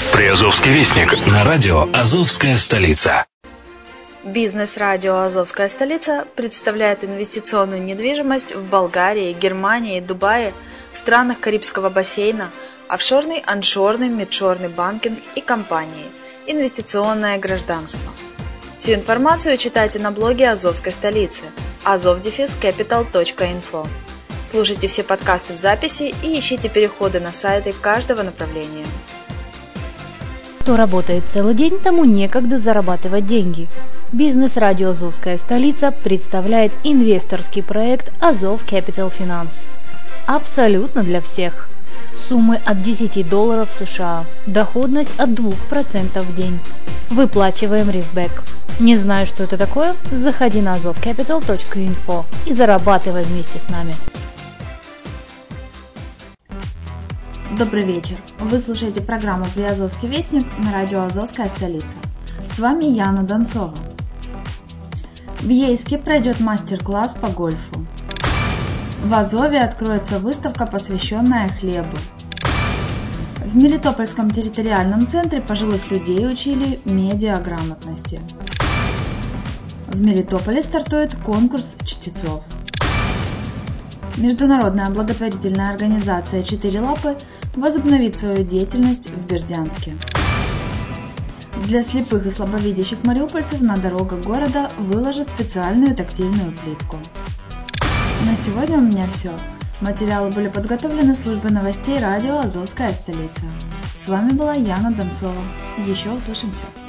Приазовский вестник на радио «Азовская столица». Бизнес-радио «Азовская столица» представляет инвестиционную недвижимость в Болгарии, Германии, Дубае, в странах Карибского бассейна, офшорный, аншорный, мидшорный банкинг и компании, инвестиционное гражданство. Всю информацию читайте на блоге «Азовской столицы» azov-capital.info. Слушайте все подкасты в записи и ищите переходы на сайты каждого направления. Кто работает целый день, тому некогда зарабатывать деньги. Бизнес-радио «Азовская столица» представляет инвесторский проект Azov Capital Finance. Абсолютно для всех. Суммы от $10 США. Доходность от 2% в день. Выплачиваем рифбэк. Не знаешь, что это такое? Заходи на azov-capital.info и зарабатывай вместе с нами. Добрый вечер. Вы слушаете программу «Приазовский вестник» на радио «Азовская столица». С вами Яна Донцова. В Ейске пройдет мастер-класс по гольфу. В Азове откроется выставка, посвященная хлебу. В Мелитопольском территориальном центре пожилых людей учили медиаграмотности. В Мелитополе стартует конкурс чтецов. Международная благотворительная организация «Четыре лапы» возобновит свою деятельность в Бердянске. Для слепых и слабовидящих мариупольцев на дорогах города выложат специальную тактильную плитку. На сегодня у меня все. Материалы были подготовлены службой новостей радио «Азовская столица». С вами была Яна Донцова. Еще услышимся.